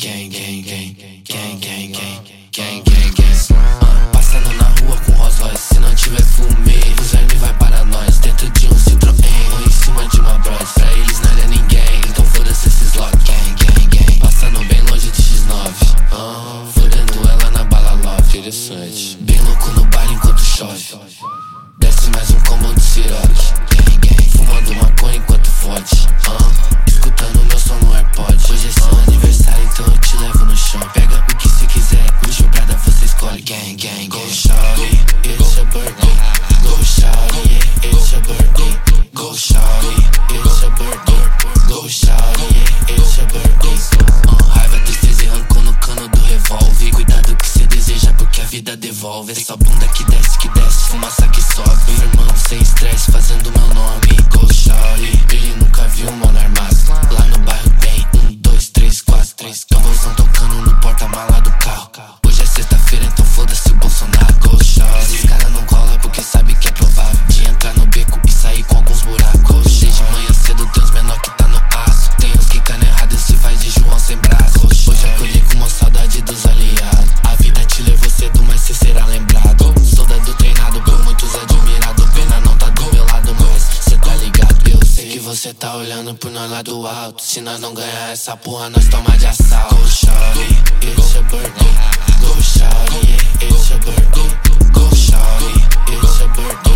Gang, gang, gang, gang, gang, gang, gang, gang, gang. Passando na rua com Rolls Royce, se não tiver fumê, o verme vai para nós. Dentro de um Citroën ou em cima de uma Bros. Pra eles nada é ninguém, então foda-se esses lock. Gang, gang, gang, passando bem longe de X9. Fodendo ela na bala love. Interessante. Bem louco no bar enquanto chove. Desce mais um combo do Ciroc. Gang, gang, fumando maconha enquanto fode. Escutando meu som no AirPod. Hoje é seu aniversário, então eu te levo no show. Pega o que cê quiser, Gucci ou Prada, você escolhe. Gang, gang, go shawty, it's your birthday. Go shawty, it's your birthday. Go shawty, it's your birthday. Go shawty, it's your birthday. Raiva, tristeza e rancor no cano do revólver. Cuidado que cê deseja porque a vida devolve. É só bunda que desce, fumaça que sobe. Irmão, sem estresse, fazendo meu nome. Go shawty, ele nunca viu um mano armado. Lá no bairro tem 1, 2, 3, 4, 3 tambozão tocando no porta-mala do carro. Hoje é sexta-feira, então foda-se o Bolsonaro. Go shawty, esses cara não cola porque sabe que é provável de entrar no beco e sair com alguns buracos. Desde manhã cedo tem uns menor que tá no aço. Tem uns que cana errado e se faz de João sem braço. Hoje acolhi com uma saudade dos aliados. A vida te levou cedo, mas cê será lembrado. Soldado treinado, por muitos admirado. Pena não tá do meu lado, mas cê tá ligado. Eu sei que você tá olhando por nós lá do alto. Se nós não ganhar essa porra, nós toma de assalto. Go shawty, it's your birthday. Go shawty, it's your birthday. Go shawty, it's your birthday.